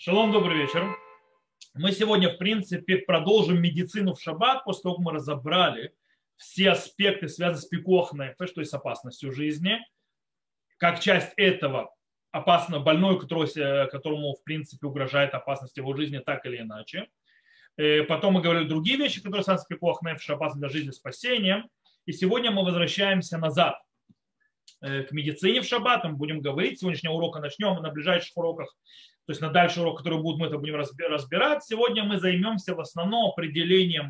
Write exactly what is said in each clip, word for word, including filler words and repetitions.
Шалом, добрый вечер. Мы сегодня, в принципе, продолжим медицину в шаббат, после того, как мы разобрали все аспекты, связанные с пикуах нефеш, то есть с опасностью жизни. Как часть этого опасно больной, который- которому, в принципе, угрожает опасность его жизни так или иначе. Э, Потом мы говорили другие вещи, которые связаны с пикуах нефеш, опасны для жизни, спасением. И сегодня мы возвращаемся назад э, к медицине в шаббат. Мы будем говорить. С сегодняшнего урока начнем. На ближайших уроках, то есть на дальший урок, который будет, мы это будем разби- разбирать. Сегодня мы займемся в основном определением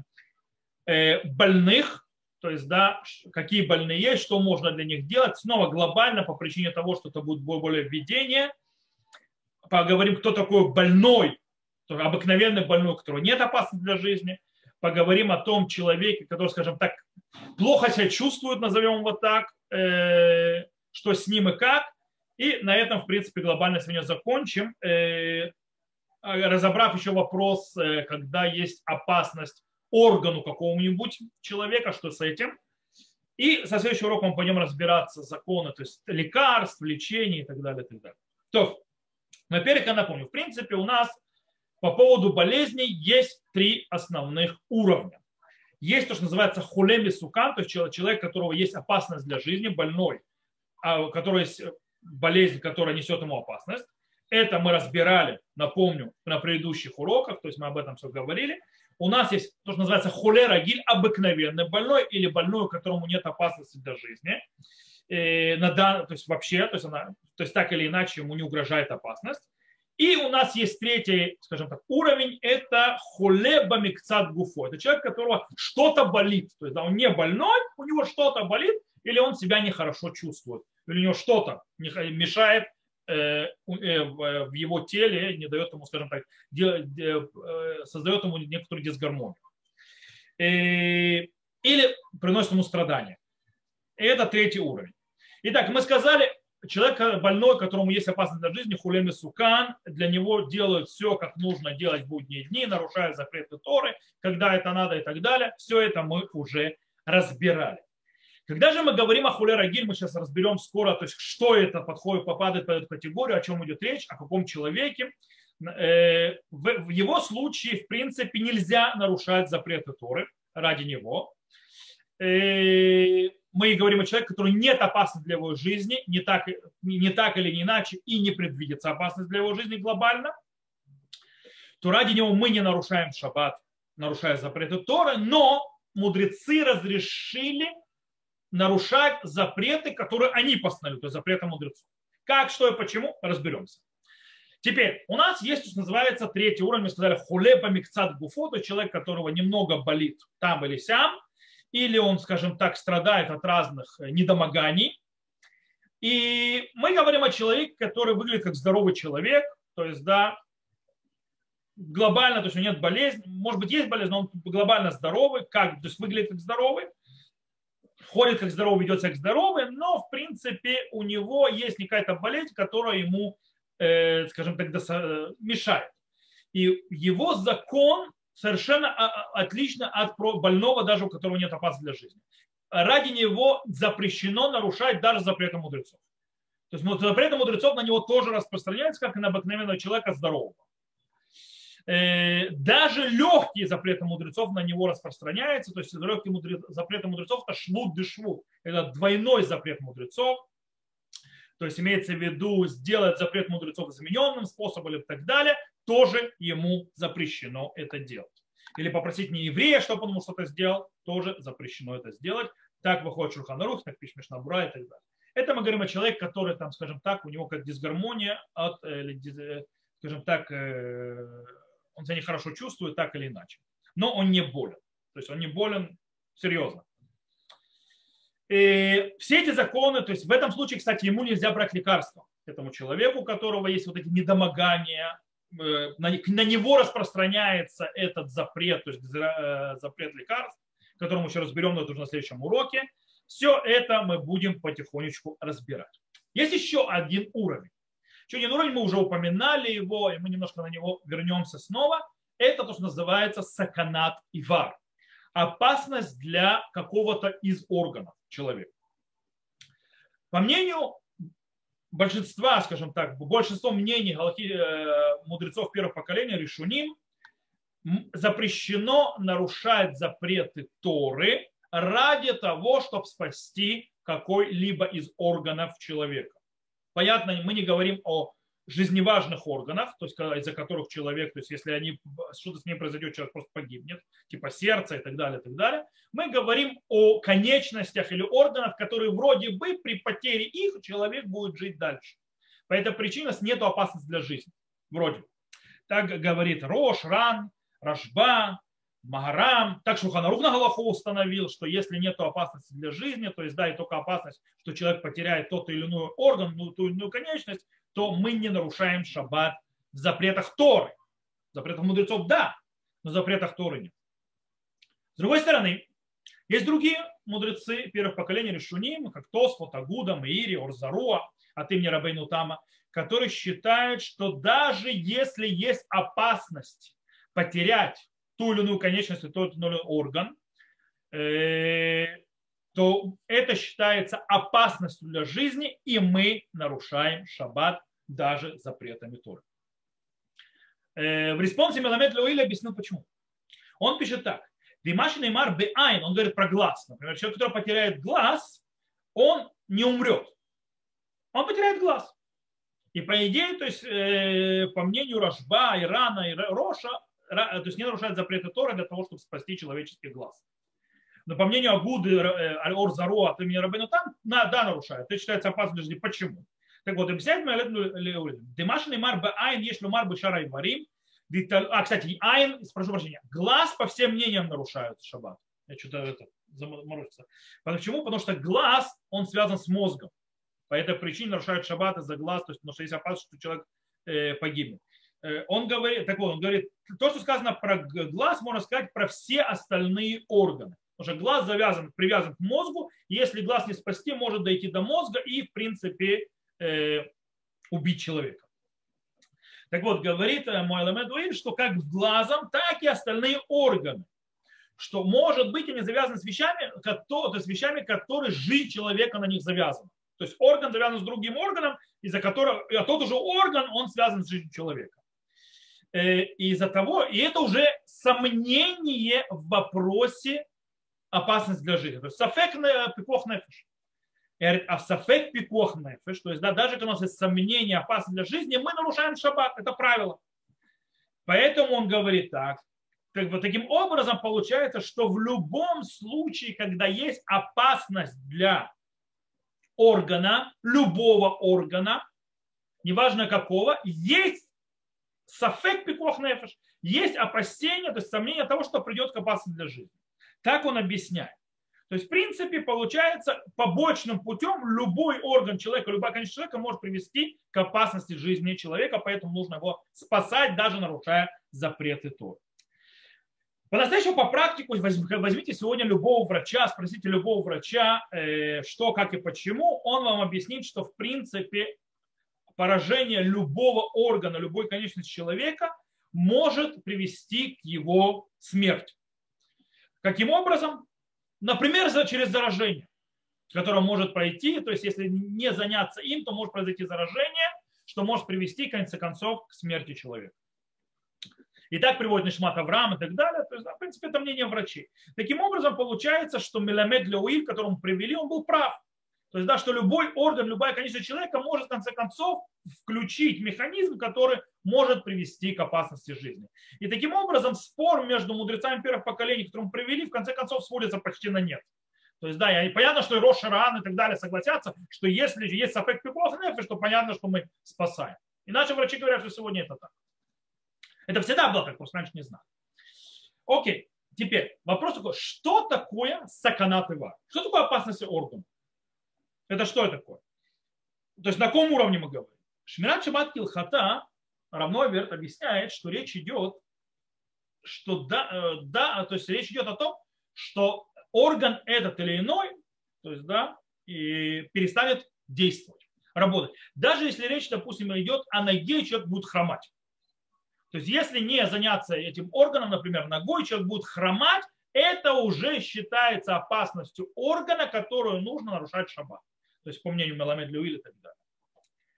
э, больных, то есть, да, ш- какие больные есть, что можно для них делать. Снова глобально по причине того, что это будет бо- более введение. Поговорим, кто такой больной, то есть обыкновенный больной, у которого нет опасности для жизни. Поговорим о том человеке, который, скажем так, плохо себя чувствует, назовем его так, э, что с ним и как. И на этом, в принципе, глобально сегодня закончим, э, разобрав еще вопрос, э, когда есть опасность органу какого-нибудь человека, что с этим. И со следующего урока мы пойдем разбираться законы, то есть лекарств, лечения и так далее. И так далее. То, во-первых, я напомню, в принципе, у нас по поводу болезней есть три основных уровня. Есть то, что называется хулеми сукан, то есть человек, у которого есть опасность для жизни, больной, а у которого есть болезнь, которая несет ему опасность. Это мы разбирали, напомню, на предыдущих уроках, то есть мы об этом все говорили. У нас есть то, что называется холера гиль, обыкновенный больной или больной, у которому нет опасности для жизни. Э, на дан- То есть вообще, то есть, она, то есть так или иначе ему не угрожает опасность. И у нас есть третий, скажем так, уровень, это холеба микцат гуфо. Это человек, у которого что-то болит. То есть да, он не больной, у него что-то болит, или он себя нехорошо чувствует, или у него что-то мешает э, э, в его теле, не дает ему, скажем так, де- де- э, создает ему некоторую дисгармонию. Э, Или приносит ему страдания. И это третий уровень. Итак, мы сказали, человек больной, которому есть опасность для жизни, хулеми сукан, для него делают все, как нужно делать в будние дни, нарушая запреты Торы, когда это надо и так далее. Все это мы уже разбирали. Когда же мы говорим о хуле рагиль, мы сейчас разберем скоро, то есть что это подходит, попадает под эту категорию, о чем идет речь, о каком человеке. Э, В его случае, в принципе, нельзя нарушать запреты Торы ради него. Э, Мы говорим о человеке, который нет опасности для его жизни, не так, не так или не иначе, и не предвидится опасность для его жизни глобально, то ради него мы не нарушаем шаббат, нарушая запреты Торы, но мудрецы разрешили нарушать запреты, которые они постановили, то есть запреты мудрецов. Как, что и почему, разберемся. Теперь, у нас есть, что называется, третий уровень, мы сказали, хулеба микцат гуфо, то есть человек, которого немного болит там или сям, или он, скажем так, страдает от разных недомоганий. И мы говорим о человеке, который выглядит как здоровый человек, то есть, да, глобально, то есть у него нет болезни, может быть, есть болезнь, но он глобально здоровый, как, то есть выглядит как здоровый, ходит как здоровый, ведет себя как здоровый, но, в принципе, у него есть какая-то болезнь, которая ему, э, скажем так, мешает. И его закон совершенно отлично от больного, даже у которого нет опасности для жизни. Ради него запрещено нарушать даже запреты мудрецов. То есть запреты мудрецов на него тоже распространяются, как и на обыкновенного человека здорового. Даже легкие запреты мудрецов на него распространяются. То есть легкие запреты мудрецов это швуд де швуд. Это двойной запрет мудрецов. То есть имеется в виду сделать запрет мудрецов измененным способом и так далее. Тоже ему запрещено это делать. Или попросить не еврея, чтобы он ему что-то сделал, тоже запрещено это сделать. Так выходит Шулхан Арух, так пишет Мишна Брура и так далее. Это мы говорим о человеке, который, там, скажем так, у него как дисгармония, от, скажем так, он себя нехорошо чувствует, так или иначе. Но он не болен. То есть он не болен серьезно. И все эти законы, то есть в этом случае, кстати, ему нельзя брать лекарства. Этому человеку, у которого есть вот эти недомогания, на, на него распространяется этот запрет, то есть запрет лекарств, который мы еще разберем, но это уже на следующем уроке. Все это мы будем потихонечку разбирать. Есть еще один уровень. Еще один уровень, мы уже упоминали его, и мы немножко на него вернемся снова. Это то, что называется саканат ивар. Опасность для какого-то из органов человека. По мнению большинства, скажем так, большинство мнений галахи, э, мудрецов первого поколения, решуним, запрещено нарушать запреты Торы ради того, чтобы спасти какой-либо из органов человека. Понятно, мы не говорим о жизневажных органах, то есть из-за которых человек, то есть если они, что-то с ним произойдет, человек просто погибнет, типа сердца и так далее, и так далее. Мы говорим о конечностях или органах, которые вроде бы при потере их человек будет жить дальше. По этой причине нет опасности для жизни. Вроде бы. Так говорит Рош, Ран, Рашба, Магарам. Так Шулхан Арух на Галаху установил, что если нет опасности для жизни, то есть да, и только опасность, что человек потеряет тот или иной орган, ну, ту или иную конечность, то мы не нарушаем шаббат в запретах Торы. В запретах мудрецов да, но в запретах Торы нет. С другой стороны, есть другие мудрецы первых поколений решуним, как Тосфот, Агуда, Меири, Орзаруа, от имени Рабейну Тама, которые считают, что даже если есть опасность потерять ту или иную конечность, тот или иной орган, то это считается опасностью для жизни, и мы нарушаем шаббат даже запретами Торы. В респонсе Меламед Леуиль объяснил, почему. Он пишет так. Димаши Неймар Беайн, он говорит про глаз. Например, человек, который потеряет глаз, он не умрет. Он потеряет глаз. И по идее, то есть, по мнению Рашба, Ирана и Роша, то есть не нарушает запреты Торы для того, чтобы спасти человеческий глаз. Но по мнению Агуды, Орзаро, от имени Рабейну Там, да, нарушает. Это считается опасным для жизни. Почему? Так вот, объясняет Демашный мар бе айн, если мар бе шара и варим. А, кстати, айн, прошу прощения, глаз по всем мнениям нарушают шаббат. Я что-то это заморочился. Почему? Потому что глаз, он связан с мозгом. По этой причине нарушают шаббат из-за глаз, то есть, потому что есть опасность, что человек э, погибнет. Э, он говорит, так вот, он говорит, то, что сказано про глаз, можно сказать про все остальные органы. Потому что глаз завязан, привязан к мозгу, и если глаз не спасти, может дойти до мозга и, в принципе, э, убить человека. Так вот, говорит Моэль Медуэль, что как с глазом, так и остальные органы. Что, может быть, они завязаны с вещами, то есть вещами, которые жизнь человека на них завязана. То есть орган завязан с другим органом, из-за которого, а тот уже орган, он связан с жизнью человека. И из-за того, и это уже сомнение в вопросе опасность для жизни. То есть сафек пикох нефеш. А сафек пикох нефеш, то есть да, даже когда у нас есть сомнение, опасность для жизни, мы нарушаем шаббат. Это правило. Поэтому он говорит так. Как бы таким образом получается, что в любом случае, когда есть опасность для органа, любого органа, неважно какого, есть сафек пикох нефеш, есть опасение, то есть сомнение того, что придет к опасности для жизни. Так он объясняет. То есть, в принципе, получается, побочным путем любой орган человека, любая конечность человека может привести к опасности жизни человека, поэтому нужно его спасать, даже нарушая запреты Торы. По-настоящему, по практику, возьмите сегодня любого врача, спросите любого врача, что, как и почему, он вам объяснит, что, в принципе, поражение любого органа, любой конечности человека может привести к его смерти. Каким образом? Например, через заражение, которое может пройти, то есть если не заняться им, то может произойти заражение, что может привести, в конце концов, к смерти человека. И так приводит Нишмат Авраам и так далее. То есть, да, в принципе, это мнение врачей. Таким образом, получается, что Меламед Леуиль, которого мы привели, он был прав. То есть, да, что любой орган, любая конечность человека может, в конце концов, включить механизм, который может привести к опасности жизни. И таким образом спор между мудрецами первых поколений, которые мы привели, в конце концов сводится почти на нет. То есть, да, и понятно, что и Рош, Ран и так далее согласятся, что если есть сафек пикох нефеш, то понятно, что мы спасаем. Иначе врачи говорят, что сегодня это так. Это всегда было так, просто раньше не знали. Окей, теперь вопрос такой, что такое саканат ива? Что такое опасность органа? Это что такое? То есть на каком уровне мы говорим? Шмират Шаббат Килхата равно Верт объясняет, что речь идет, что да, да, то есть речь идет о том, что орган этот или иной, то есть да, и перестанет действовать, работать. Даже если речь, допустим, идет о ноге, человек будет хромать. То есть если не заняться этим органом, например, ногой, человек будет хромать, это уже считается опасностью органа, которую нужно нарушать шаббат. То есть по мнению Меламед Леуиль и так далее.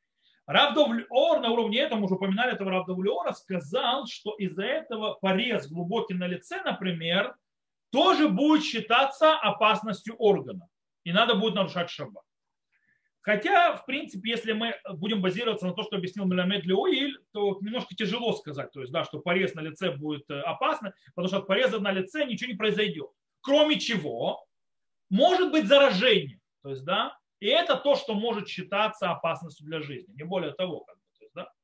Рав Дов Ор на уровне этого, мы уже упоминали этого Рав Дов Ора, сказал, что из-за этого порез глубокий на лице, например, тоже будет считаться опасностью органа. И надо будет нарушать шаббат. Хотя, в принципе, если мы будем базироваться на то, что объяснил Меламед Леуиль, то немножко тяжело сказать, то есть, да, что порез на лице будет опасно, потому что от пореза на лице ничего не произойдет. Кроме чего, может быть заражение. То есть, да, и это то, что может считаться опасностью для жизни. Не более того. Как бы, то есть, да.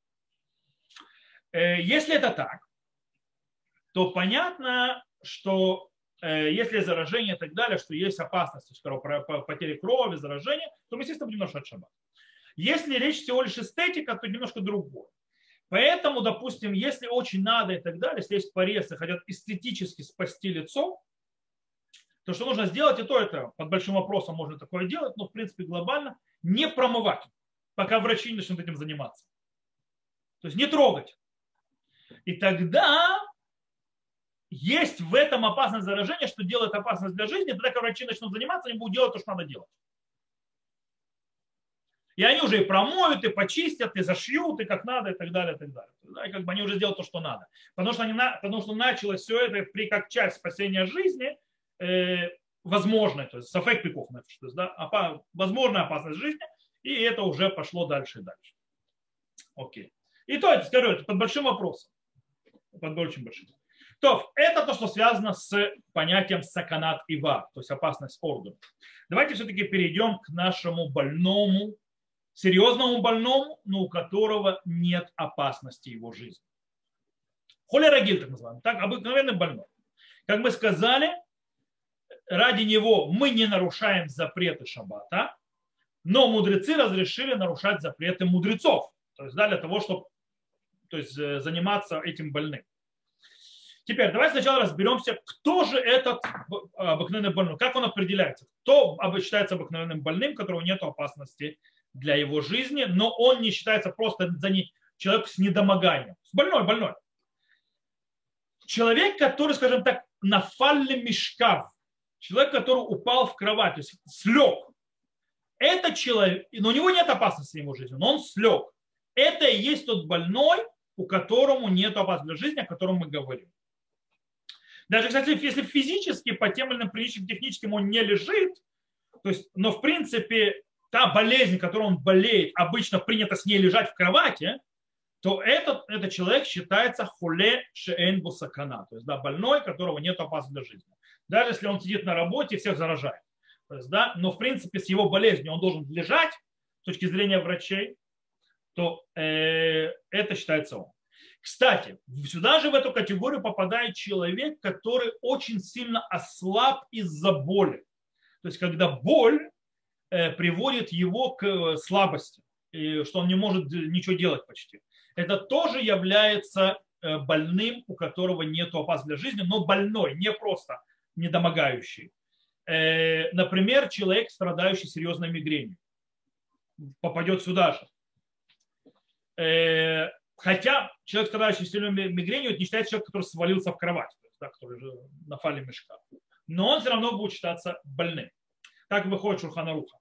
Если это так, то понятно, что если заражение и так далее, что есть опасность потери крови, заражения, то мы, естественно, будем нарушать шаббат. Если речь всего лишь эстетика, то немножко другое. Поэтому, допустим, если очень надо и так далее, если есть порез и хотят эстетически спасти лицо, то что нужно сделать, и то это под большим вопросом можно такое делать, но в принципе глобально не промывать, пока врачи не начнут этим заниматься. То есть не трогать. И тогда есть в этом опасность заражения, что делает опасность для жизни, тогда, когда врачи начнут заниматься, они будут делать то, что надо делать. И они уже и промоют, и почистят, и зашьют, и как надо, и так далее, и так далее. И как бы они уже сделают то, что надо. Потому что, они, потому что началось все это при, как часть спасения жизни, э, возможно, то есть сафек пиков, то есть, да, опа, возможная опасность жизни, и это уже пошло дальше и дальше. Окей. И то, это, скажу, это под большим вопросом. Под очень большим. То, это то, что связано с понятием саканат ива, то есть опасность органов. Давайте все-таки перейдем к нашему больному, серьезному больному, но у которого нет опасности его жизни. Холерагиль, так называемый, так, обыкновенный больной. Как мы сказали, ради него мы не нарушаем запреты шаббата, но мудрецы разрешили нарушать запреты мудрецов, то есть да, для того, чтобы то есть, заниматься этим больным. Теперь давайте сначала разберемся, кто же этот обыкновенный больной, как он определяется. Кто считается обыкновенным больным, у которого нет опасности для его жизни, но он не считается просто за не, человек с недомоганием. Больной, больной. Человек, который, скажем так, нафалли мишкав, человек, который упал в кровать, то есть слег. Это человек, но у него нет опасности в его жизни, но он слег. Это и есть тот больной, у которого нет опасности для жизни, о котором мы говорим. Даже, кстати, если физически по тем или иным причинам техническим он не лежит, то есть, но в принципе та болезнь, которой он болеет, обычно принято с ней лежать в кровати, то этот, этот человек считается хуле шеэн бусакана, то есть да, больной, которого нет опасности для жизни. Даже если он сидит на работе и всех заражает. То есть, да, но в принципе с его болезнью он должен лежать с точки зрения врачей, то э, это считается он. Кстати, сюда же в эту категорию попадает человек, который очень сильно ослаб из-за боли. То есть когда боль э, приводит его к слабости, и что он не может ничего делать почти. Это тоже является э, больным, у которого нет опасности для жизни, но больной, не просто недомогающий. Э, например, человек, страдающий серьезной мигренью, попадет сюда же. Э, Хотя человек, страдающий сильной мигренью, это не считается человек, который свалился в кровать, да, который же на фале мешка. Но он все равно будет считаться больным. Так выходит Шулхан Аруха.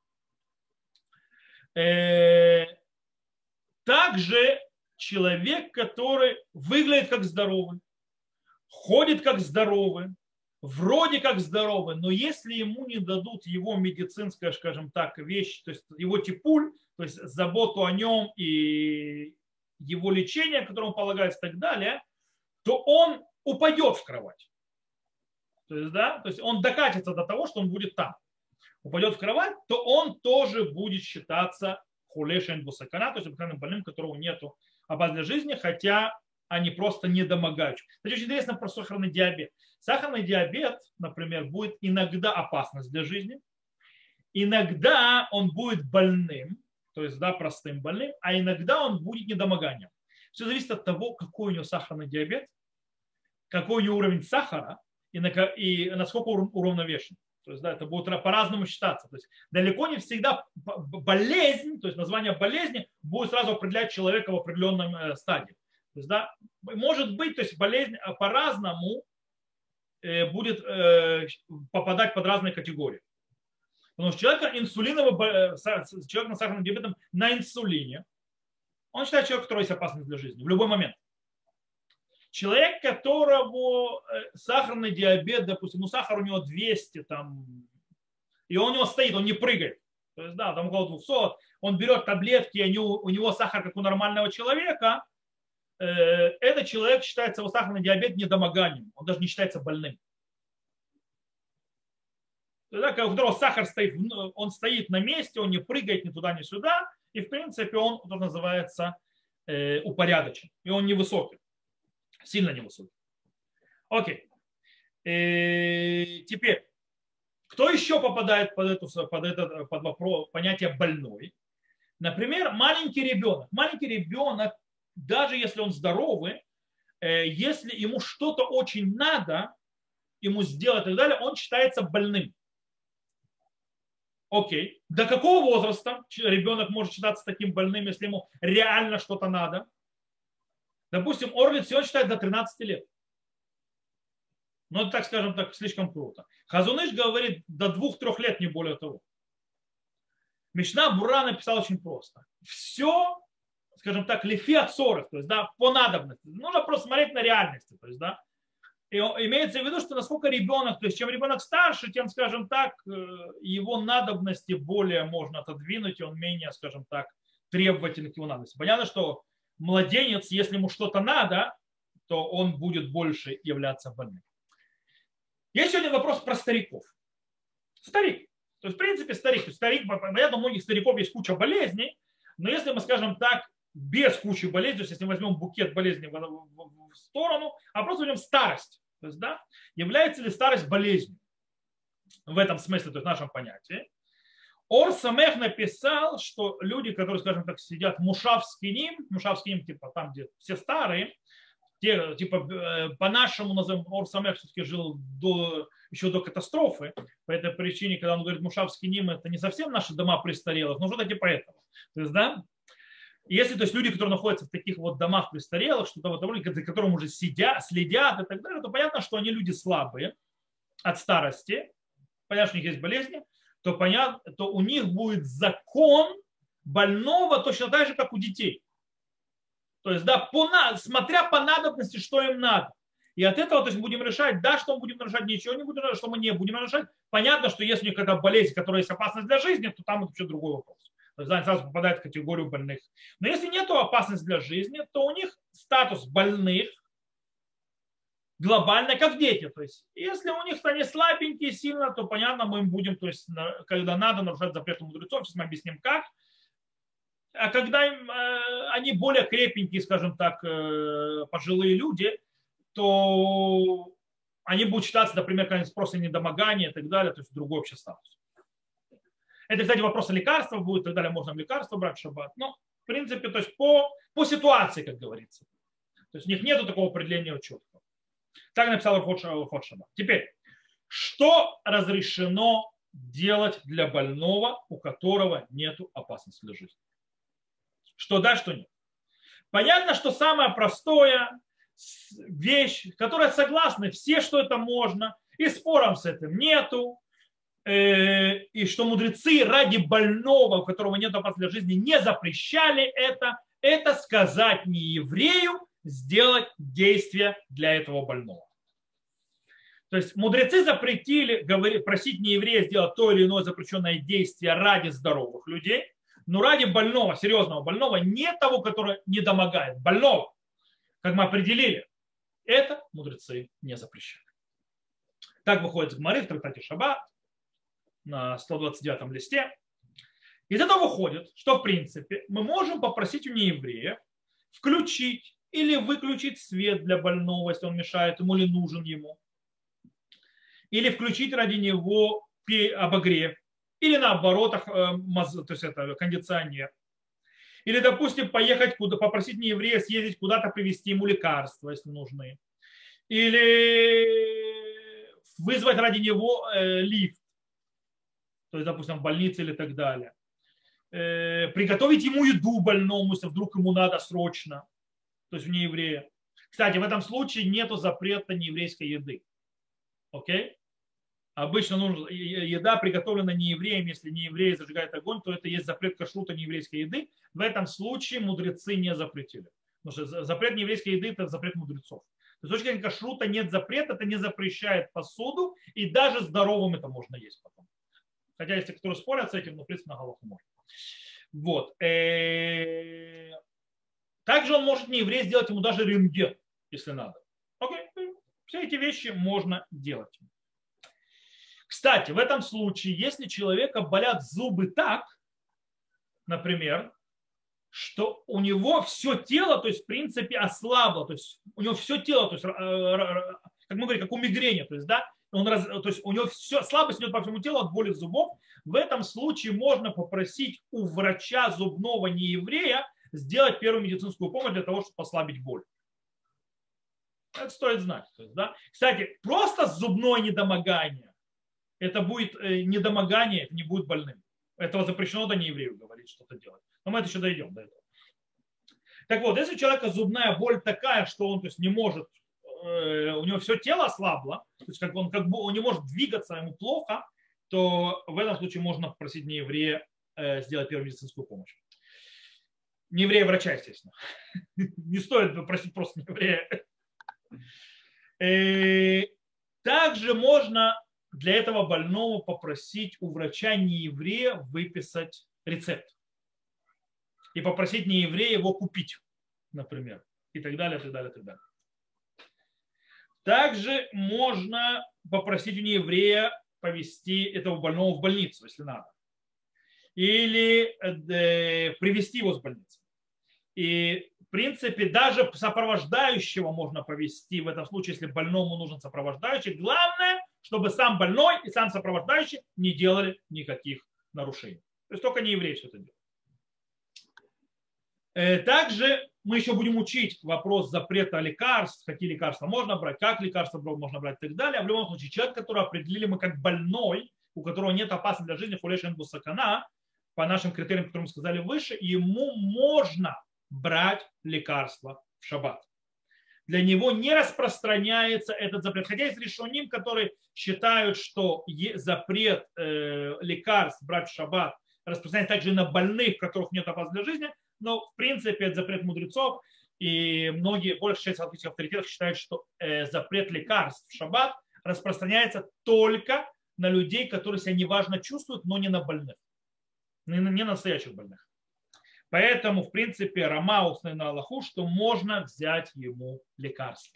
Также человек, который выглядит как здоровый, ходит как здоровый, вроде как здоровый, но если ему не дадут его медицинская, скажем так, вещь, то есть его типуль, то есть заботу о нем и его лечение, которому полагается и так далее, то он упадет в кровать. То есть, да, то есть он докатится до того, что он будет там. Упадет в кровать, то он тоже будет считаться хулешен бусакана, то есть обыкновенным больным, которого нету опасности для жизни, хотя они просто недомогающие. Кстати, очень интересно про сахарный диабет. Сахарный диабет, например, будет иногда опасность для жизни, иногда он будет больным, то есть да, простым больным, а иногда он будет недомоганием. Все зависит от того, какой у него сахарный диабет, какой у него уровень сахара и, на, и насколько он уравновешен. То есть да, это будет по-разному считаться. То есть далеко не всегда болезнь, то есть название болезни будет сразу определять человека в определенном стадии. То есть, да, может быть, то есть болезнь по-разному будет попадать под разные категории. Потому что человек инсулиновый, человек на сахарном диабете на инсулине, Он считает человека, у которого есть опасность для жизни в любой момент. Человек, которого сахарный диабет, допустим, ну сахар у него двести, там, и он у него стоит, он не прыгает. То есть, да, там около двухсот, он берет таблетки, и у него сахар, как у нормального человека, этот человек считается, его сахарный диабет недомоганием, он даже не считается больным. Тогда, у которого сахар стоит, он стоит на месте, он не прыгает ни туда, ни сюда, и в принципе он, что называется, упорядочен, и он невысокий, сильно невысокий. Окей. Теперь, кто еще попадает под, эту, под это под вопрос, понятие больной? Например, маленький ребенок. Маленький ребенок, даже если он здоровый, если ему что-то очень надо, ему сделать и так далее, он считается больным. Окей. До какого возраста ребенок может считаться таким больным, если ему реально что-то надо? Допустим, Орлиц он считает до тринадцати лет. Ну, это, так скажем так, слишком круто. Хазуныш говорит до двух-трех лет, не более того. Мишна Бура написал очень просто. Все, скажем так, лифи от ссоров, то есть, да, по надобности. Нужно просто смотреть на реальности, то есть, да. И имеется в виду, что насколько ребенок, то есть чем ребенок старше, тем, скажем так, его надобности более можно отодвинуть, и он менее, скажем так, требователен к его надобности. Понятно, что младенец, если ему что-то надо, то он будет больше являться больным. Есть сегодня вопрос про стариков. Старик. То есть, в принципе, старик. Старик, понятно, у многих стариков есть куча болезней, но если мы, скажем так, без кучи болезней, то есть если мы возьмем букет болезней в сторону, а просто возьмем старость, то есть, да, является ли старость болезнью в этом смысле, то есть в нашем понятии. Ор Самех написал, что люди, которые, скажем так, сидят мушавскиним, мушавскиним, типа там, где все старые, те, типа по-нашему назовем, Ор Самех все-таки жил до, еще до катастрофы, по этой причине, когда он говорит мушавскиним, это не совсем наши дома престарелых, но что-то типа этого. То есть, да, если, то есть, люди, которые находятся в таких вот домах престарелых, что-то вот, за которым уже сидят, следят и так далее, то понятно, что они люди слабые от старости, понятно, что у них есть болезни, то, понятно, то у них будет закон больного точно так же, как у детей. То есть, да, по, смотря по надобности, что им надо. И от этого то есть, будем решать, да, что мы будем нарушать, ничего не будем нарушать, что мы не будем нарушать. Понятно, что если у них какая-то болезнь, которая есть опасность для жизни, то там это вообще другой вопрос. То есть, они сразу попадают в категорию больных. Но если нет опасности для жизни, то у них статус больных глобально, как дети. То есть, если у них они слабенькие сильно, то понятно, мы им будем, то есть, когда надо, нарушать запреты мудрецов. Сейчас мы объясним, как. А когда им, э, они более крепенькие, скажем так, э, пожилые люди, то они будут считаться, например, как просто недомогание и так далее, то есть другой общий статус. Это, кстати, вопрос о лекарствах будет, и так далее, можно лекарства брать в шаббат. Но, в принципе, то есть по, по ситуации, как говорится. То есть у них нет такого определения четкого. Так написал Ход Шаббат. Теперь, что разрешено делать для больного, у которого нет опасности для жизни? Что да, что нет. Понятно, что самое простое вещь, которая согласны все, что это можно, и спором с этим нету, и что мудрецы ради больного, у которого нет опасности для жизни, не запрещали это, это сказать не еврею, сделать действие для этого больного. То есть мудрецы запретили говорить, просить нееврея сделать то или иное запрещенное действие ради здоровых людей, но ради больного, серьезного больного, не того, который не домогает, больного, как мы определили, это мудрецы не запрещали. Так выходит с Гмары в трактате Шаббат на сто двадцать девятом листе. Из этого выходит, что в принципе мы можем попросить у неевреев включить или выключить свет для больного, если он мешает ему или нужен ему, или включить ради него обогрев, или наоборот, то есть это кондиционер. Или, допустим, поехать куда, попросить нееврея съездить куда-то, привезти ему лекарства, если нужны. Или вызвать ради него лифт, то есть, допустим, в больнице или так далее. Приготовить ему еду больному, если вдруг ему надо срочно, то есть в нееврея. Кстати, в этом случае нет запрета нееврейской еды. Окей? Обычно нужно, еда приготовлена не евреем, если не еврей зажигает огонь, то это есть запрет кашрута нееврейской еды. В этом случае мудрецы не запретили. Потому что запрет нееврейской еды – это запрет мудрецов. То есть, с точки зрения кашрута нет запрета, это не запрещает посуду, и даже здоровым это можно есть потом. Хотя есть те, которые спорят с этим, но в принципе на голову можно. Вот. Также он может не еврей сделать ему даже рентген, если надо. Окей. Все эти вещи можно делать. Кстати, в этом случае, если человека болят зубы так, например, что у него все тело, то есть в принципе ослабло, то есть у него все тело, то есть, как мы говорим, как у мигрени, то есть, да, он раз, то есть у него все, слабость идет по всему телу от боли зубов, в этом случае можно попросить у врача зубного нееврея сделать первую медицинскую помощь для того, чтобы ослабить боль. Это стоит знать. То есть, да. Кстати, просто зубное недомогание, это будет недомогание, это не будет больным. Этого запрещено до нееврею говорить, что-то делать. Но мы это еще дойдем до этого. Так вот, если у человека зубная боль такая, что он то есть, не может, э, у него все тело ослабло, то есть как он как бы он не может двигаться, ему плохо, то в этом случае можно попросить нееврея э, сделать первую медицинскую помощь. Нееврея врача, естественно. Не стоит просить просто нееврея. Также можно для этого больного попросить у врача нееврея выписать рецепт. И попросить нееврея его купить, например. И так далее, и так далее, и так далее. Также можно попросить у нееврея повезти этого больного в больницу, если надо. Или привезти его с больницы. И в принципе даже сопровождающего можно повезти в этом случае, если больному нужен сопровождающий. Главное, чтобы сам больной и сам сопровождающий не делали никаких нарушений. То есть только не евреи все это делают. Также мы еще будем учить вопрос запрета лекарств, какие лекарства можно брать, как лекарства можно брать и так далее. А в любом случае человек, который определили мы как больной, у которого нет опасности для жизни, хулешен бусакана, по нашим критериям, которые мы сказали выше, ему можно брать лекарства в шаббат. Для него не распространяется этот запрет. Хотя есть решоним, которые считают, что запрет э, лекарств брать в шаббат распространяется также и на больных, у которых нет опасности для жизни. Но в принципе это запрет мудрецов. И многие, большая часть салафитских авторитетов считают, что э, запрет лекарств в шаббат распространяется только на людей, которые себя неважно чувствуют, но не на больных. Не на, не на настоящих больных. Поэтому, в принципе, Рама установил на Аллаху, что можно взять ему лекарство.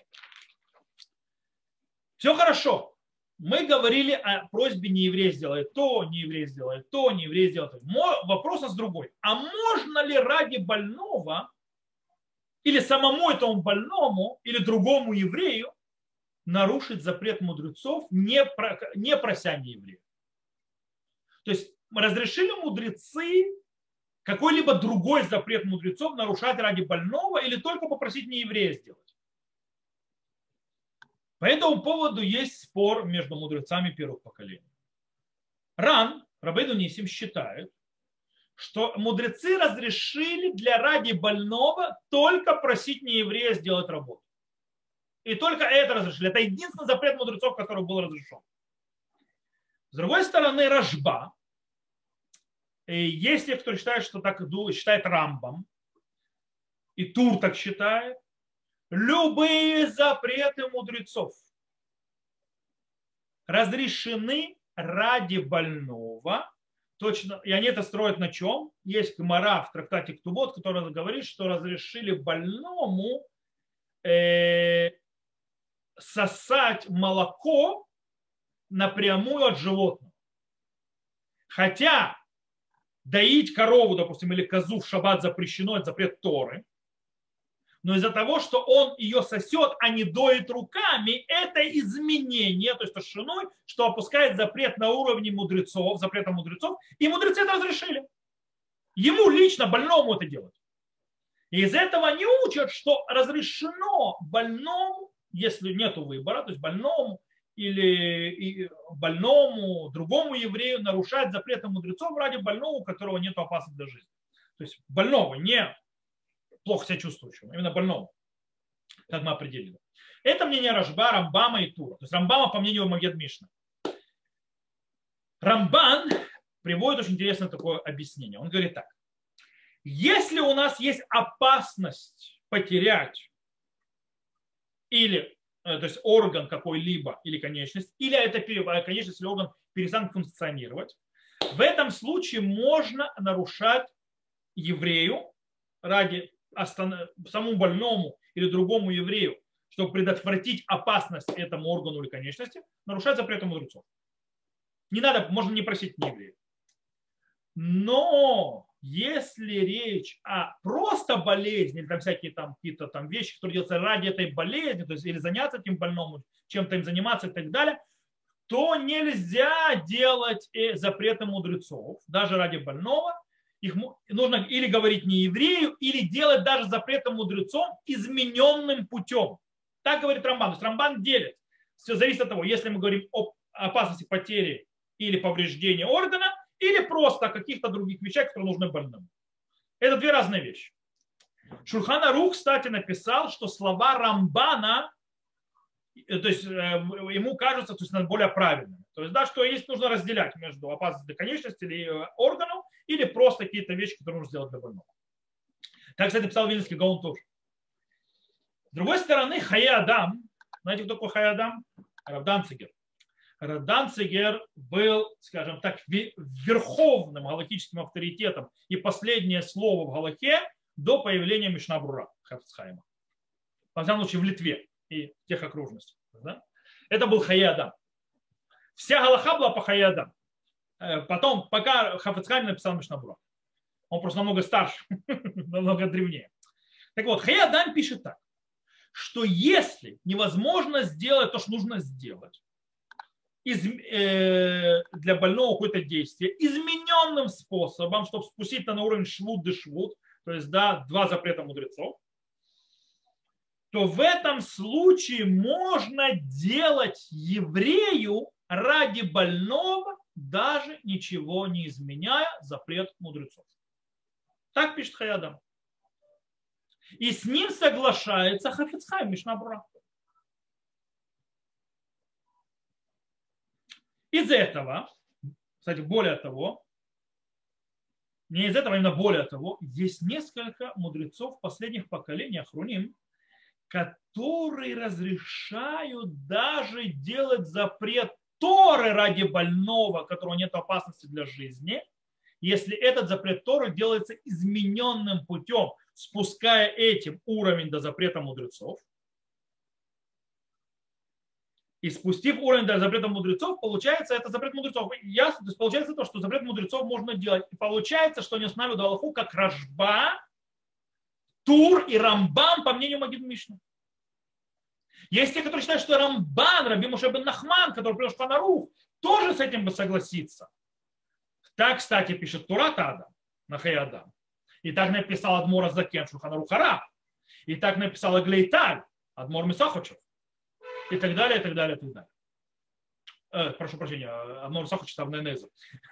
Все хорошо. Мы говорили о просьбе нееврей сделает то, нееврей сделает то, нееврей сделает то. Вопрос у нас другой. А можно ли ради больного или самому этому больному или другому еврею нарушить запрет мудрецов, не, про, не прося нееврея? То есть разрешили мудрецы какой-либо другой запрет мудрецов нарушать ради больного или только попросить нееврея сделать? По этому поводу есть спор между мудрецами первых поколений. Ран, Рабейну Нисим, считает, что мудрецы разрешили для ради больного только просить нееврея сделать работу. И только это разрешили. Это единственный запрет мудрецов, который был разрешен. С другой стороны, Рашба. Есть те, кто считает, что так считает Рамбам, и Тур так считает, любые запреты мудрецов разрешены ради больного. Точно, и они это строят на чем? Есть гемара в трактате Ктубот, который говорит, что разрешили больному э, сосать молоко напрямую от животного. Хотя доить корову, допустим, или козу в шаббат запрещено, это запрет Торы. Но из-за того, что он ее сосет, а не доит руками, это изменение, то есть тошиной, что опускает запрет на уровне мудрецов, запрета мудрецов, и мудрецы это разрешили. Ему лично, больному это делать. И из этого они учат, что разрешено больному, если нет выбора, то есть больному или больному, другому еврею нарушать запреты мудрецов ради больного, у которого нет опасности для жизни. То есть больного, не плохо себя чувствующего, именно больного, как мы определили. Это мнение Рашба, Рамбама и Тура. То есть Рамбама по мнению Магед Мишна. Рамбан приводит очень интересное такое объяснение. Он говорит так. Если у нас есть опасность потерять или, то есть орган какой-либо или конечность, или эта конечность или орган перестанет функционировать, в этом случае можно нарушать еврею ради самому больному или другому еврею, чтобы предотвратить опасность этому органу или конечности, нарушать запреты мудрецов. Не надо, можно не просить не еврея. Но если речь о просто болезни, или там всякие там какие-то там вещи, которые делаются ради этой болезни, то есть или заняться этим больному, чем-то им заниматься и так далее, то нельзя делать запреты мудрецов, даже ради больного. Их нужно или говорить не еврею, или делать даже запреты мудрецом измененным путем. Так говорит Рамбан. То есть Рамбан делит. Все зависит от того, если мы говорим об опасности потери или повреждения органа, или просто о каких-то других вещах, которые нужны больному. Это две разные вещи. Шульхан Арух, кстати, написал, что слова Рамбана, то есть ему кажется, то есть, более правильными. То есть, да, что есть, нужно разделять между опасностью для конечности или органов, или просто какие-то вещи, которые нужно сделать для больного. Так, кстати, писал Вильнюсский Гаон тоже. С другой стороны, Хае Адам, знаете, кто такой Хае Адам? Рав Данцигер. Рав Данцигер был, скажем так, верховным галахическим авторитетом и последнее слово в галахе до появления Мишна Брура Хафец Хаима. Во всяком случае, в Литве и в тех окружностях. Да? Это был Хае Адам. Вся галаха была по Хае Адам. Потом, пока Хафец Хаим написал Мишна Брура. Он просто намного старше, намного древнее. Так вот, Хае Адам пишет так, что если невозможно сделать то, что нужно сделать, из, э, для больного какое-то действие измененным способом, чтобы спустить на уровень швуд де швуд, то есть да, два запрета мудрецов, то в этом случае можно делать еврею ради больного, даже ничего не изменяя запрет мудрецов. Так пишет Хае Адам. И с ним соглашается Хафец Хаим Мишна Брура. Из этого, кстати, более того, не из этого, а именно более того, есть несколько мудрецов последних поколений Ахроним, которые разрешают даже делать запрет Торы ради больного, у которого нет опасности для жизни, если этот запрет Торы делается измененным путем, спуская этим уровень до запрета мудрецов. И спустив уровень до запрета мудрецов, получается, это запрет мудрецов. Ясно? То есть получается то, что запрет мудрецов можно делать. И получается, что они устанавливают галаху как Рашба, Тур и Рамбам, по мнению Магид Мишны. Есть те, которые считают, что Рамбан, Раби Моше бен Нахман, который привел Шулхан Арух, тоже с этим бы согласиться. Так, кстати, пишет Турат Адам на Хае Адам. И так написал Адмор Азакен Шулхан Арух Ара. И так написал Аглейталь, Адмор Мисахочев. И так далее, и так далее, и так далее. Э, прошу прощения, Адмор Мисахочев там Ненеза.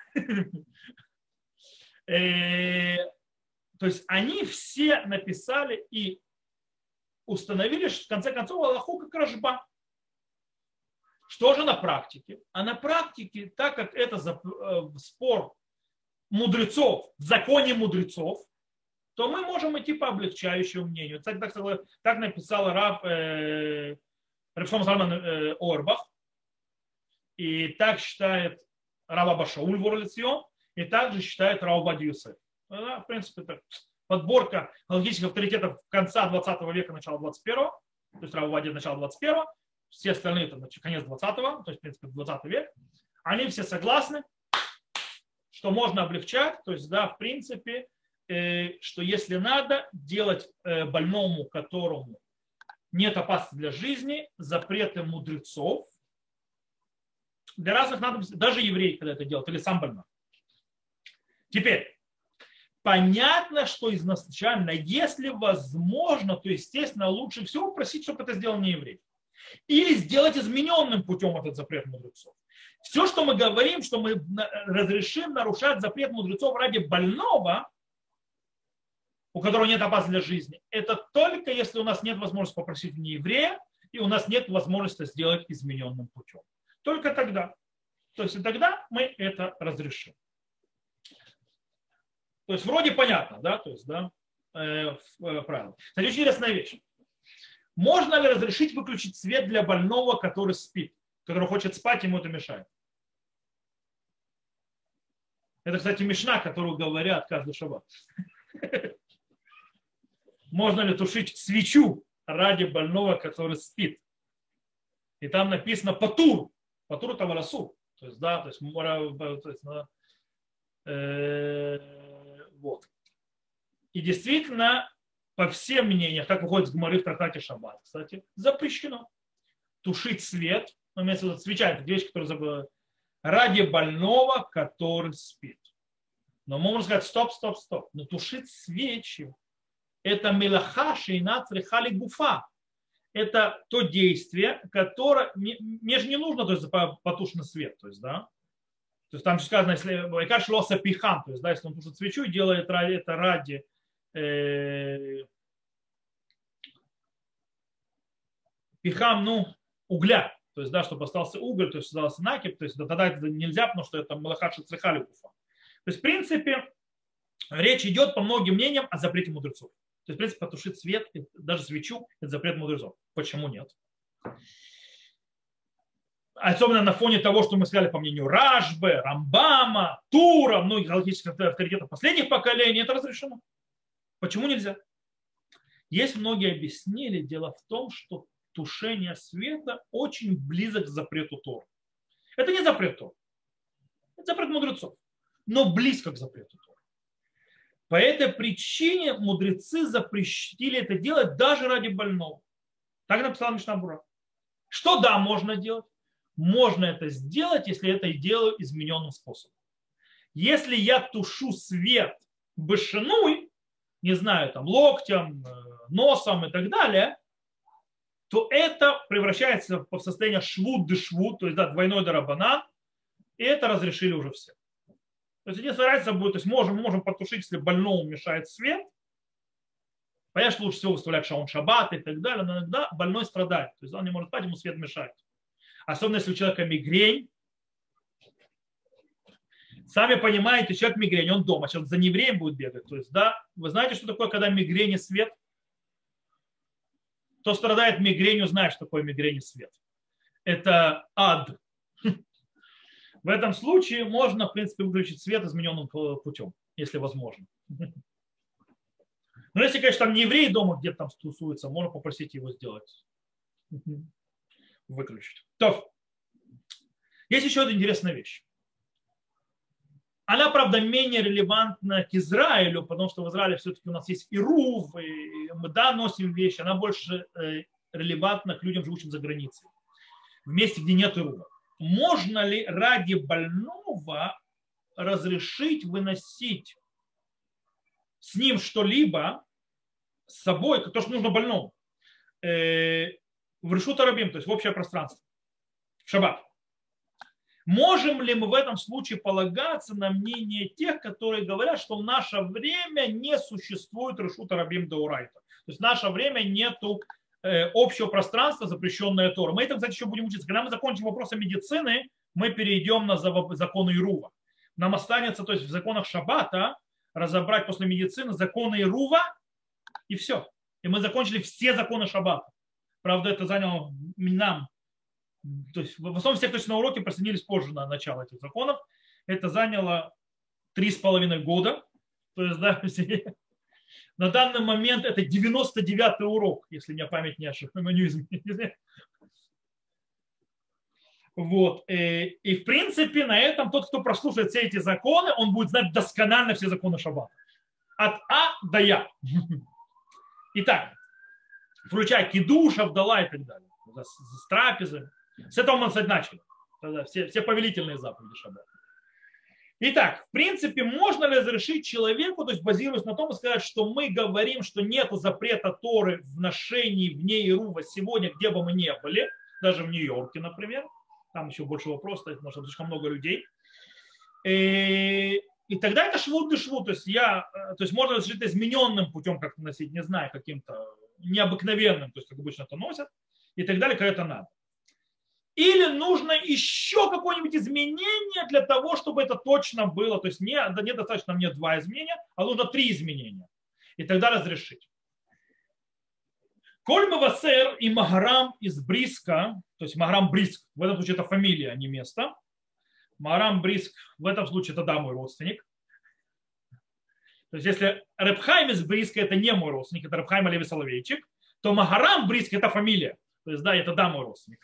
То есть они все написали и установили, в конце концов, галаху как Рашба. Что же на практике? А на практике, так как это спор мудрецов, в законе мудрецов, то мы можем идти по облегчающему мнению. Так, так, так написал Рав э, Рав Салман э, Орбах, и так считает Рав Аба Шауль Ворлицион, и также считает Рав Овадия Йосеф. В принципе, это подборка галахических авторитетов конца двадцатого века, начала двадцать первого, то есть Рав Овадия начала двадцать первого, все остальные это конец двадцатого, то есть, в принципе, двадцатый век, они все согласны, что можно облегчать, то есть, да, в принципе, э, что если надо делать э, больному, которому нет опасности для жизни, запреты мудрецов, для разных надобностей, даже еврей, когда это делает, или сам больной. Теперь, понятно, что изначально, если возможно, то, естественно, лучше всего просить, чтобы это сделал не еврей. Или сделать измененным путем этот запрет мудрецов. Все, что мы говорим, что мы разрешим нарушать запрет мудрецов ради больного, у которого нет опасности для жизни, это только если у нас нет возможности попросить не еврея, и у нас нет возможности сделать измененным путем. Только тогда. То есть и тогда мы это разрешим. То есть вроде понятно, да, то есть, да, э, э, правило. Кстати, очень интересная вещь. Можно ли разрешить выключить свет для больного, который спит, который хочет спать, ему это мешает? Это, кстати, мишна, которую говорят каждый шаббат. Можно ли тушить свечу ради больного, который спит? И там написано патур. Патур это варасу. То есть, да, то есть, то есть да, э, вот. И действительно, по всем мнениям, как выходит с Гемары в трактате Шаббат, кстати, запрещено тушить свет, ну, имеется в виду свеча, это вещь, которая забыла, ради больного, который спит. Но мы можем сказать, стоп, стоп, стоп. Но тушить свечи – это мелаха шейна црихали гуфа. Это то действие, которое, мне же не нужно, то есть, потушенный свет, то есть, да. То есть там сказано, если Вайкар шлоса пихан, то есть, да, если он тушит свечу и делает это ради э, пихам, ну, угля, то есть, да, чтобы остался уголь, то есть остался накип, то есть, да, тогда это нельзя, потому что это мелаха шицрихали гуфа. То есть, в принципе, речь идет по многим мнениям о запрете мудрецов. То есть, в принципе, потушить свет, даже свечу, это запрет мудрецов. Почему нет? Особенно на фоне того, что мы сказали по мнению Рашбе, Рамбама, Тура, многих галактических авторитетов последних поколений, это разрешено. Почему нельзя? Есть многие объяснили, дело в том, что тушение света очень близок к запрету Тора. Это не запрет Тора, это запрет мудрецов, но близко к запрету Тора. По этой причине мудрецы запретили это делать даже ради больного. Так написал Мишна Бура. Что да, можно делать? Можно это сделать, если это и делаю измененным способом. Если я тушу свет бешенуй, не знаю, там, локтем, носом и так далее, то это превращается в состояние швуд-дешвуд, то есть да, двойной дарабанан, и это разрешили уже все. То есть единственная разница будет, то есть можем, можем потушить, если больному мешает свет. Понятно, что лучше всего выставлять шаун шаббат и так далее, но иногда больной страдает. То есть он не может спать, ему свет мешает. Особенно если у человека мигрень. Сами понимаете, человек мигрень, он дома, сейчас за евреем будет бегать. То есть, да, вы знаете, что такое, когда мигрень и свет? Кто страдает мигренью, знает, что такое мигрень и свет. Это ад. В этом случае можно, в принципе, выключить свет измененным путем, если возможно. Но если, конечно, там не еврей дома где-то там тусуется, можно попросить его сделать. Выключить. То. Есть еще одна интересная вещь. Она, правда, менее релевантна к Израилю, потому что в Израиле все-таки у нас есть Ирув, и мы, да, носим вещи. Она больше релевантна к людям, живущим за границей. В месте, где нет Ирува. Можно ли ради больного разрешить выносить с ним что-либо с собой, то, что нужно больному, э, в решут арабим, то есть в общее пространство, в шаббат? Можем ли мы в этом случае полагаться на мнение тех, которые говорят, что в наше время не существует решут арабим деорайта? То есть в наше время нету общего пространства, запрещенное Торой. Мы это, кстати, еще будем учиться. Когда мы закончим вопросы медицины, мы перейдем на законы Ирува. Нам останется, то есть в законах Шаббата, разобрать после медицины законы Ирува, и все. И мы закончили все законы Шаббата. Правда, это заняло нам, то есть в основном все, кто на уроке, присоединились позже на начало этих законов. Это заняло три с половиной года. То есть, да, на данный момент это девяносто девятый урок, если меня память не ошибается. Вот. И, и в принципе на этом тот, кто прослушает все эти законы, он будет знать досконально все законы Шаббата. От А до Я. Итак, включая кидуш, авдала и так далее. С трапезы. С этого мы, кстати, начали. Все, все повелительные заповеди Шаббата. Итак, в принципе, можно ли разрешить человеку, то есть базируясь на том, сказать, что мы говорим, что нет запрета Торы в ношении вне Ирува сегодня, где бы мы ни были, даже в Нью-Йорке, например, там еще больше вопросов, потому что слишком много людей. И, и тогда это швуд и швуд, то есть я, то есть можно разрешить измененным путем как-то носить, не знаю, каким-то необыкновенным, то есть как обычно это носят, и так далее, когда это надо. или нужно еще какое-нибудь изменение для того, чтобы это точно было. То есть не, да, недостаточно мне два изменения, а нужно три изменения. И тогда разрешить. Коль Мавасер и Магарам из Бриска, то есть Магарам Бриск, в этом случае это фамилия, а не место. Магарам Бриск, в этом случае это да, мой родственник. То есть если Реб Хаим из Бриска это не мой родственник, это Реб Хаим Алеви Соловейчик, то Магарам Бриск это фамилия. То есть да, это да, мой родственник.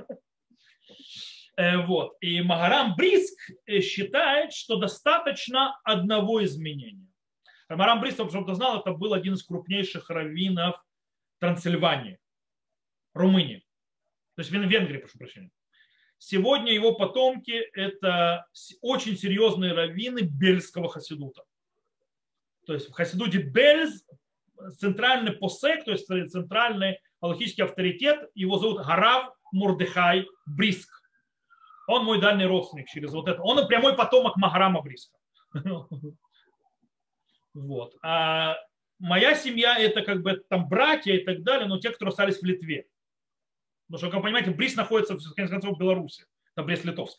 Вот. И Магарам Бриск считает, что достаточно одного изменения. Магарам Бриск, чтобы кто знал, это был один из крупнейших раввинов Трансильвании, Румынии. То есть в Венгрии, прошу прощения. Сегодня его потомки это очень серьезные раввины бельского хасидута. То есть в хасидуте Бельз центральный посек, то есть центральный алахический авторитет, его зовут Гарав Мордехай Бриск. Он мой дальний родственник через вот это. Он прямой потомок Магарама Бриска. Вот. А моя семья это как бы там братья и так далее, но те, которые остались в Литве. Потому что, как вы понимаете, Бриз находится в конце концов в Беларуси. Там Брест-Литовск.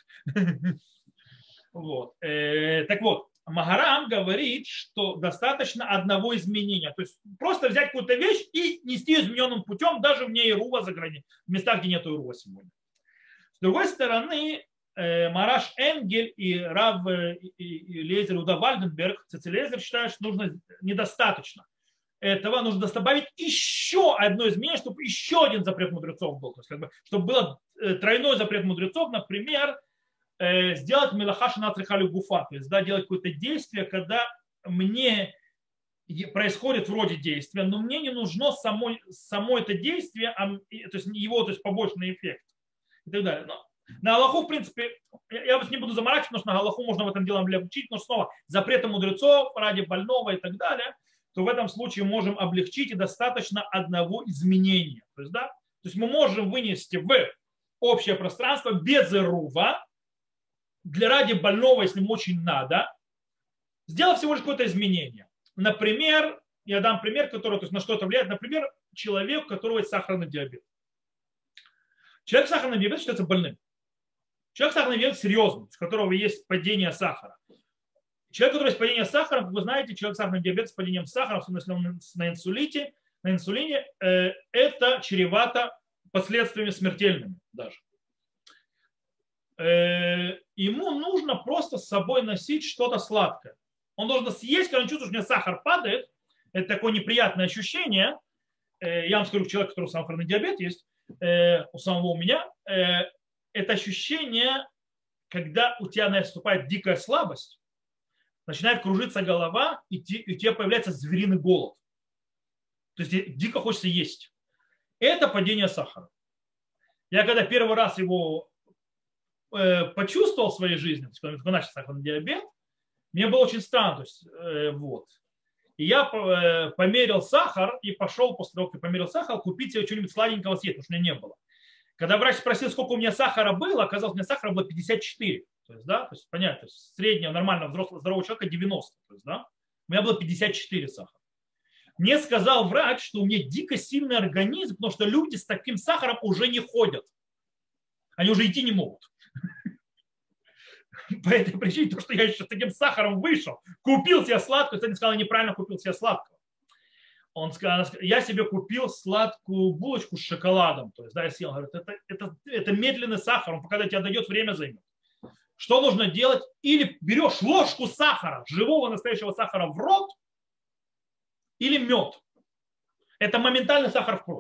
Вот. Так вот, Магарам говорит, что достаточно одного изменения. То есть просто взять какую-то вещь и нести ее измененным путем даже вне Ируа за границей, в местах, где нет Ируа сегодня. С другой стороны, Мараш Энгель и Рав Лейзер Иуда Вальденберг, Цицелезер считают, что нужно недостаточно. Этого нужно добавить еще одно изменение, чтобы еще один запрет мудрецов был. То есть, как бы, чтобы был тройной запрет мудрецов, например, сделать мелаха шанат гуфа, то есть да, делать какое-то действие, когда мне происходит вроде действия, но мне не нужно само, само это действие, а, то есть его то есть побочный эффект и так далее. Но на Аллаху, в принципе, я вас не буду заморачивать, потому что на Аллаху можно в этом делом облегчить, но снова запреты мудрецов ради больного и так далее, то в этом случае можем облегчить и достаточно одного изменения. То есть, да, то есть мы можем вынести в общее пространство без эрува, для ради больного, если ему очень надо, сделав всего лишь какое-то изменение. Например, я дам пример, который то есть на что это влияет. Например, человек, у которого есть сахарный диабет. Человек с сахарным диабетом считается больным. Человек с сахарным диабетом серьезный, у которого есть падение сахара. Человек, у которого есть падение сахара, как вы знаете, человек с сахарным диабетом с падением сахара, особенно если он на инсулине, на инсулине это чревато последствиями смертельными даже. Ему нужно просто с собой носить что-то сладкое. Он должен съесть, когда он чувствует, что у него сахар падает. Это такое неприятное ощущение. Я вам скажу, человек, у которого сахарный диабет есть, у самого у меня, это ощущение, когда у тебя наступает дикая слабость, начинает кружиться голова, и у тебя появляется звериный голод. То есть дико хочется есть. Это падение сахара. Я когда первый раз его почувствовал в своей жизни, когда начал сахарный диабет, мне было очень странно. То есть, вот. И я померил сахар и пошел после того, как я померил сахар, купить себе что-нибудь сладенького съесть, потому что у меня не было. Когда врач спросил, сколько у меня сахара было, оказалось, у меня сахара было пятьдесят четыре. То есть, да, то есть, понятно, то есть среднего нормального взрослого здорового человека девяносто. То есть, да, у меня было пятьдесят четыре сахара. Мне сказал врач, что у меня дико сильный организм, потому что люди с таким сахаром уже не ходят. Они уже идти не могут. По этой причине, то, что я еще с таким сахаром вышел, купил себе сладкую, кстати, сказал, неправильно купил себе сладкого. Он сказал, я себе купил сладкую булочку с шоколадом. То есть, да, я съел, говорит, это, это, это медленный сахар, он пока до тебя дойдет, время займет. Что нужно делать? Или берешь ложку сахара, живого настоящего сахара в рот, или мед. Это моментальный сахар в кровь.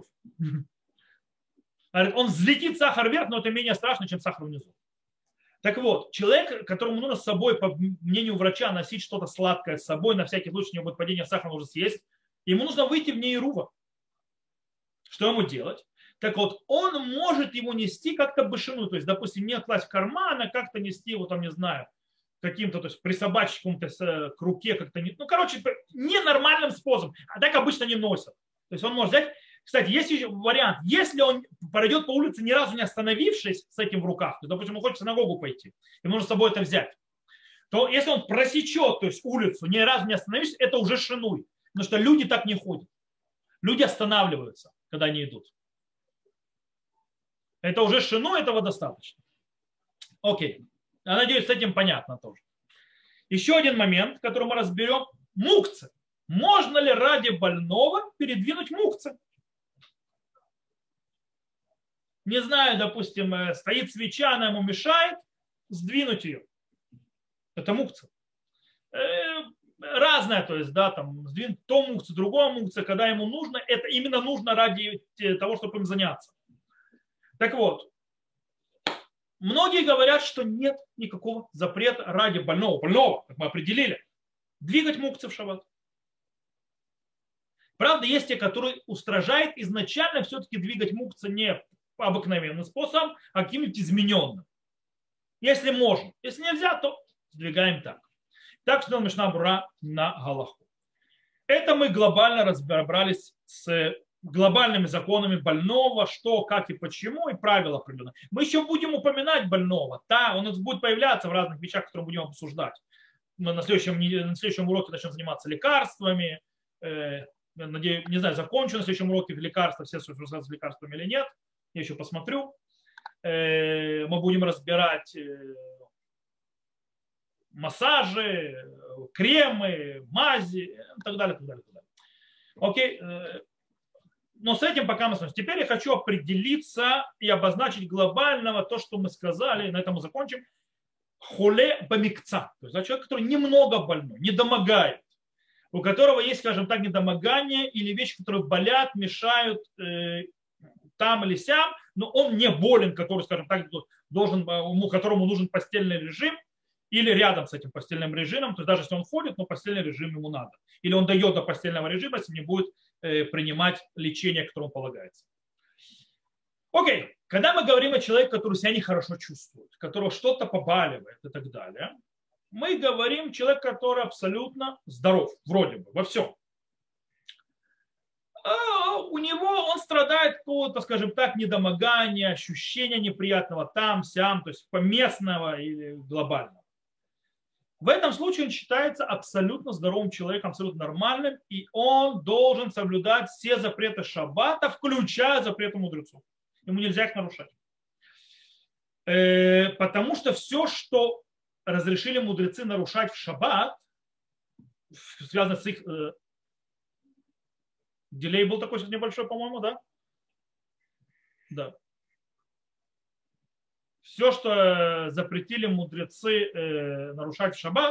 Он взлетит сахар вверх, но это менее страшно, чем сахар внизу. Так вот, человек, которому нужно с собой, по мнению врача, носить что-то сладкое с собой, на всякий случай у него будет падение сахара, нужно съесть, ему нужно выйти вне Ирува. Что ему делать? Так вот, он может его нести как-то бешину, то есть, допустим, не класть в карман, а как-то нести его, там, не знаю, каким-то, то есть присобачить к руке, как-то, не, ну, короче, ненормальным способом, а так обычно не носят. То есть он может взять, кстати, есть еще вариант, если он пройдет по улице ни разу не остановившись с этим в руках, то, допустим, он хочет в синагогу пойти, ему нужно с собой это взять, то если он просечет, то есть улицу, ни разу не остановившись, это уже шинуй, потому что люди так не ходят. Люди останавливаются, когда они идут. Это уже шину, этого достаточно. Окей. Я надеюсь, с этим понятно тоже. Еще один момент, который мы разберем. Мукцы. Можно ли ради больного передвинуть мукцы? Не знаю, допустим, стоит свеча, она ему мешает, сдвинуть ее. Это мукцы. Разное, то есть, да, там, сдвинуть то мукцы, другого мукцы, когда ему нужно, это именно нужно ради того, чтобы им заняться. Так вот, многие говорят, что нет никакого запрета ради больного, больного, как мы определили, двигать мукцы в шаббат. Правда, есть те, которые устражают изначально все-таки двигать мукцы не обыкновенным способом, а каким-нибудь измененным. Если можно. Если нельзя, то сдвигаем так. Так сказал Мишна Брура на Галаху. Это мы глобально разобрались с глобальными законами больного, что, как и почему, и правила определенные. Мы еще будем упоминать больного. Да, он будет появляться в разных вещах, которые мы будем обсуждать. Мы на следующем, на следующем уроке начнем заниматься лекарствами. Надеюсь, не знаю, закончу на следующем уроке лекарства, все связаны с лекарствами или нет. Я еще посмотрю. Мы будем разбирать массажи, кремы, мази и так далее, так далее, так далее. Окей. Но с этим пока мы смотрим. Теперь я хочу определиться и обозначить глобального то, что мы сказали, на этом мы закончим. Хуле бамикца. То есть да, человек, который немного больной, недомогает, у которого есть, скажем так, недомогание или вещи, которые болят, мешают э, там или сям, но он не болен, который, скажем так, должен, которому нужен постельный режим, или рядом с этим постельным режимом, то есть даже если он ходит, но постельный режим ему надо. Или он дает до постельного режима, если не будет э, принимать лечение, которому полагается. Окей, когда мы говорим о человеке, который себя нехорошо чувствует, которого что-то побаливает и так далее, мы говорим человек, который абсолютно здоров, вроде бы, во всем. А у него он страдает какого-то, скажем так, недомогания, ощущения неприятного там, сям, то есть поместного или глобального. В этом случае он считается абсолютно здоровым человеком, абсолютно нормальным, и он должен соблюдать все запреты шаббата, включая запреты мудрецов. Ему нельзя их нарушать. Потому что все, что разрешили мудрецы нарушать в шаббат, связано с их... Дилей был такой сейчас небольшой, по-моему, да? Да. Все, что запретили мудрецы э, нарушать в шаббат,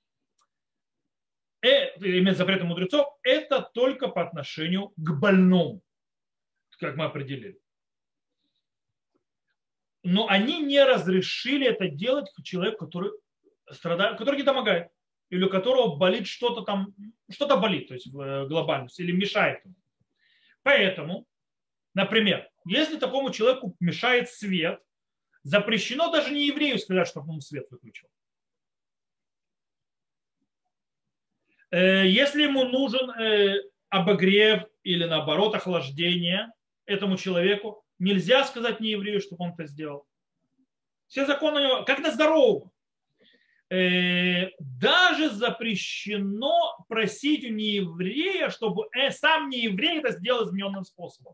э, иметь запреты мудрецов, это только по отношению к больному, как мы определили. Но они не разрешили это делать человеку, который страдает, который не помогает, или у которого болит что-то там, что-то болит, то есть глобально, или мешает ему. Поэтому, например, если такому человеку мешает свет, запрещено даже не еврею сказать, чтобы он свет выключил. Если ему нужен обогрев или наоборот охлаждение этому человеку, нельзя сказать не еврею, чтобы он это сделал. Все законы у него, как на здорового. Даже запрещено просить у нееврея, чтобы сам нееврей это сделал измененным способом.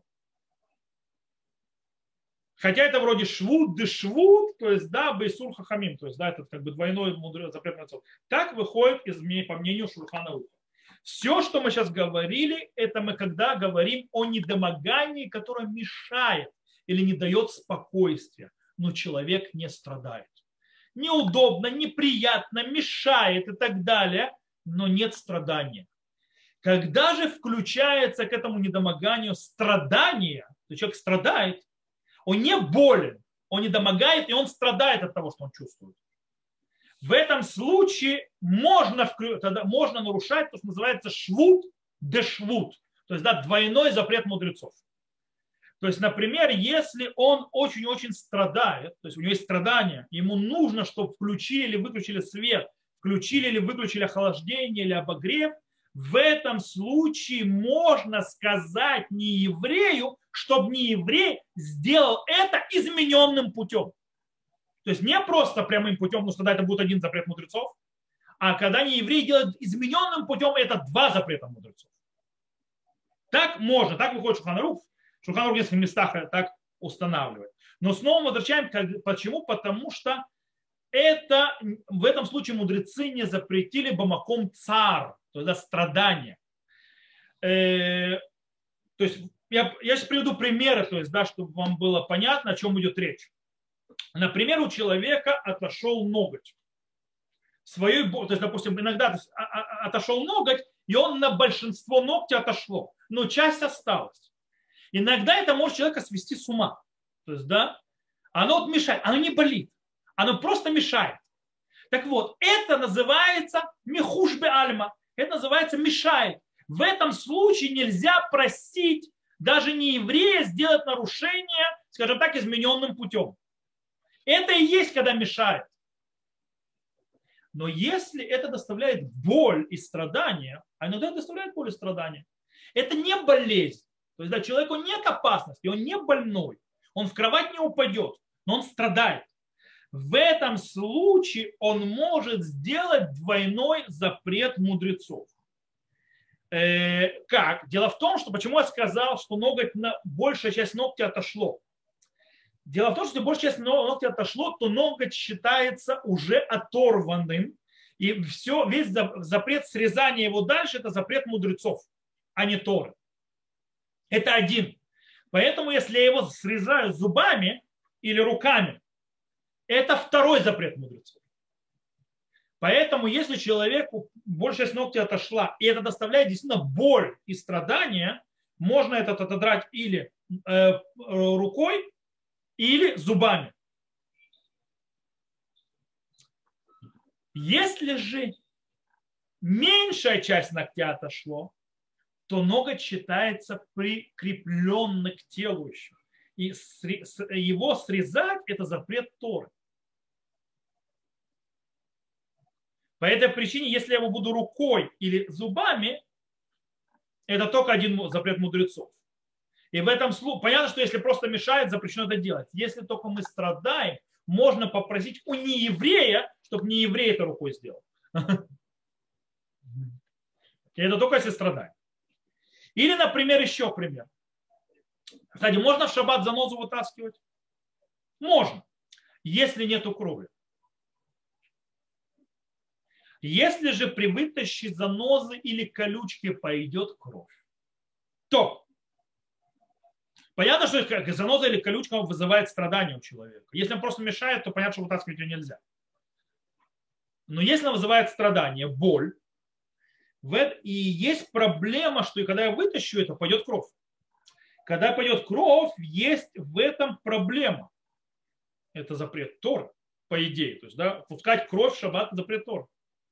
Хотя это вроде швуд, дешвуд, то есть да, бейсур хахамим, то есть да, это как бы двойной мудрый запрет на. Так выходит из, по мнению Шульхана Аруха. Все, что мы сейчас говорили, это мы когда говорим о недомогании, которое мешает или не дает спокойствия, но человек не страдает. Неудобно, неприятно, мешает и так далее, но нет страдания. Когда же включается к этому недомоганию страдание, то человек страдает, он не болен, он недомогает, и он страдает от того, что он чувствует. В этом случае можно, тогда можно нарушать то, что называется швуд де швуд, то есть да, двойной запрет мудрецов. То есть, например, если он очень-очень страдает, то есть у него есть страдания, ему нужно, чтобы включили или выключили свет, включили или выключили охлаждение или обогрев, в этом случае можно сказать нееврею, чтобы нееврей сделал это измененным путем. То есть не просто прямым путем, потому что тогда это будет один запрет мудрецов, а когда нееврей делает измененным путем, это два запрета мудрецов. Так можно, так выходит Шулхан Арух. Шулхан Арух в нескольких местах так устанавливать. Но снова мы возвращаем, почему? Потому что это, в этом случае мудрецы не запретили бамаком цар, то есть да, страдания. Э, то есть я, я сейчас приведу примеры, то есть, да, чтобы вам было понятно, о чем идет речь. Например, у человека отошел ноготь. Своей, то есть, допустим, иногда то есть, отошел ноготь, и он на большинство ногтя отошло, но часть осталась. Иногда это может человека свести с ума. То есть, да, оно вот мешает, оно не болит, оно просто мешает. Так вот, это называется михуш бе альма, это называется мешает. В этом случае нельзя простить даже не еврея сделать нарушение, скажем так, измененным путем. Это и есть, когда мешает. Но если это доставляет боль и страдания, а иногда это доставляет боль и страдания, это не болезнь. То есть да, человеку нет опасности, он не больной, он в кровать не упадет, но он страдает. В этом случае он может сделать двойной запрет мудрецов. Э, как? Дело в том, что почему я сказал, что ноготь, большая часть ногтя отошло. Дело в том, что если большая часть ногтя отошло, то ноготь считается уже оторванным. И все, весь запрет срезания его дальше – это запрет мудрецов, а не Торы. Это один. Поэтому, если я его срезаю зубами или руками, это второй запрет мудрецов. Поэтому, если человеку большая часть ногтя отошла, и это доставляет действительно боль и страдания, можно это отодрать или э, рукой, или зубами. Если же меньшая часть ногтя отошло, то ноготь считается прикрепленным к телу еще. И его срезать – это запрет Торы. По этой причине, если я его буду рукой или зубами, это только один запрет мудрецов. И в этом случае, понятно, что если просто мешает, запрещено это делать. Если только мы страдаем, можно попросить у нееврея, чтобы не еврей это рукой сделал. И это только если страдаем. Или, например, еще пример. Кстати, можно в шаббат занозу вытаскивать? Можно, если нету крови. Если же при вытащи занозы или колючки пойдет кровь, то понятно, что заноза или колючка вызывает страдания у человека. Если он просто мешает, то понятно, что вытаскивать ее нельзя. Но если он вызывает страдания, боль, и есть проблема, что и когда я вытащу это, пойдет кровь. Когда пойдет кровь, есть в этом проблема. Это запрет Торы, по идее. То есть, да, пускать кровь в шаббат – запрет Торы.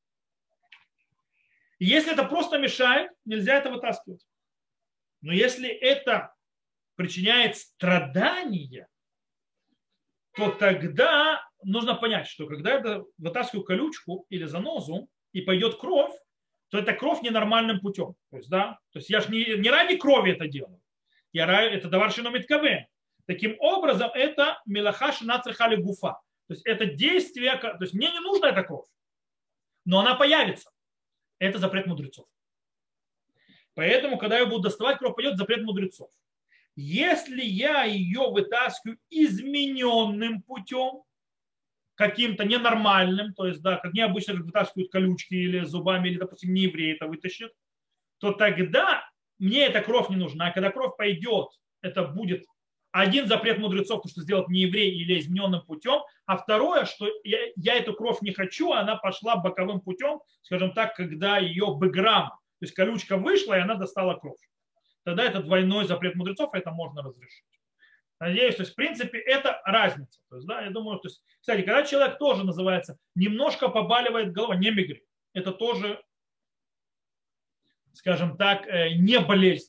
И если это просто мешает, нельзя это вытаскивать. Но если это причиняет страдания, то тогда нужно понять, что когда я вытаскиваю колючку или занозу и пойдет кровь, то это кровь ненормальным путем. То есть, да, то есть я же не, не ради крови это делаю. Я, это давар шино миткавен. Таким образом, это мелаха шина црихали гуфа. То есть это действие, то есть мне не нужна эта кровь, но она появится. Это запрет мудрецов. Поэтому, когда я буду доставать кровь, пойдет запрет мудрецов. Если я ее вытаскиваю измененным путем, каким-то ненормальным, то есть, да, как необычно как вытаскивают колючки или зубами, или, допустим, не еврей это вытащит, то тогда мне эта кровь не нужна. А когда кровь пойдет, это будет один запрет мудрецов, то, что сделать не еврей или измененным путем, а второе, что я, я эту кровь не хочу, она пошла боковым путем, скажем так, когда ее бэкграунд, то есть колючка вышла, и она достала кровь. Тогда это двойной запрет мудрецов, и это можно разрешить. Надеюсь, то есть в принципе это разница. То есть, да, я думаю, то есть, кстати, когда человек тоже называется, немножко побаливает голова, не мигрень, это тоже, скажем так, не болезнь.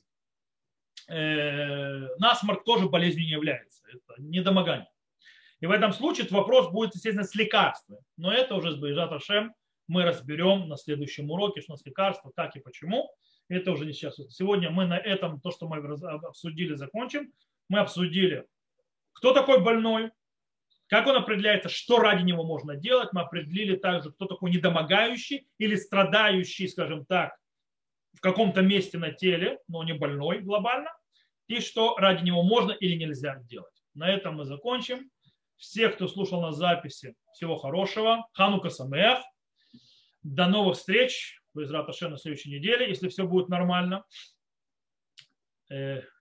Насморк тоже болезнью не является, это недомогание. И в этом случае вопрос будет, естественно, с лекарством. Но это уже с Бейжат Ашем мы разберем на следующем уроке, что с лекарством, как и почему. Это уже не сейчас. Сегодня мы на этом, то, что мы обсудили, закончим. Мы обсудили, кто такой больной, как он определяется, что ради него можно делать. Мы определили также, кто такой недомогающий или страдающий, скажем так, в каком-то месте на теле, но не больной глобально, и что ради него можно или нельзя делать. На этом мы закончим. Всех, кто слушал на записи, всего хорошего. Ханука Самеах. До новых встреч. Безрат Ашем на следующей неделе, если все будет нормально.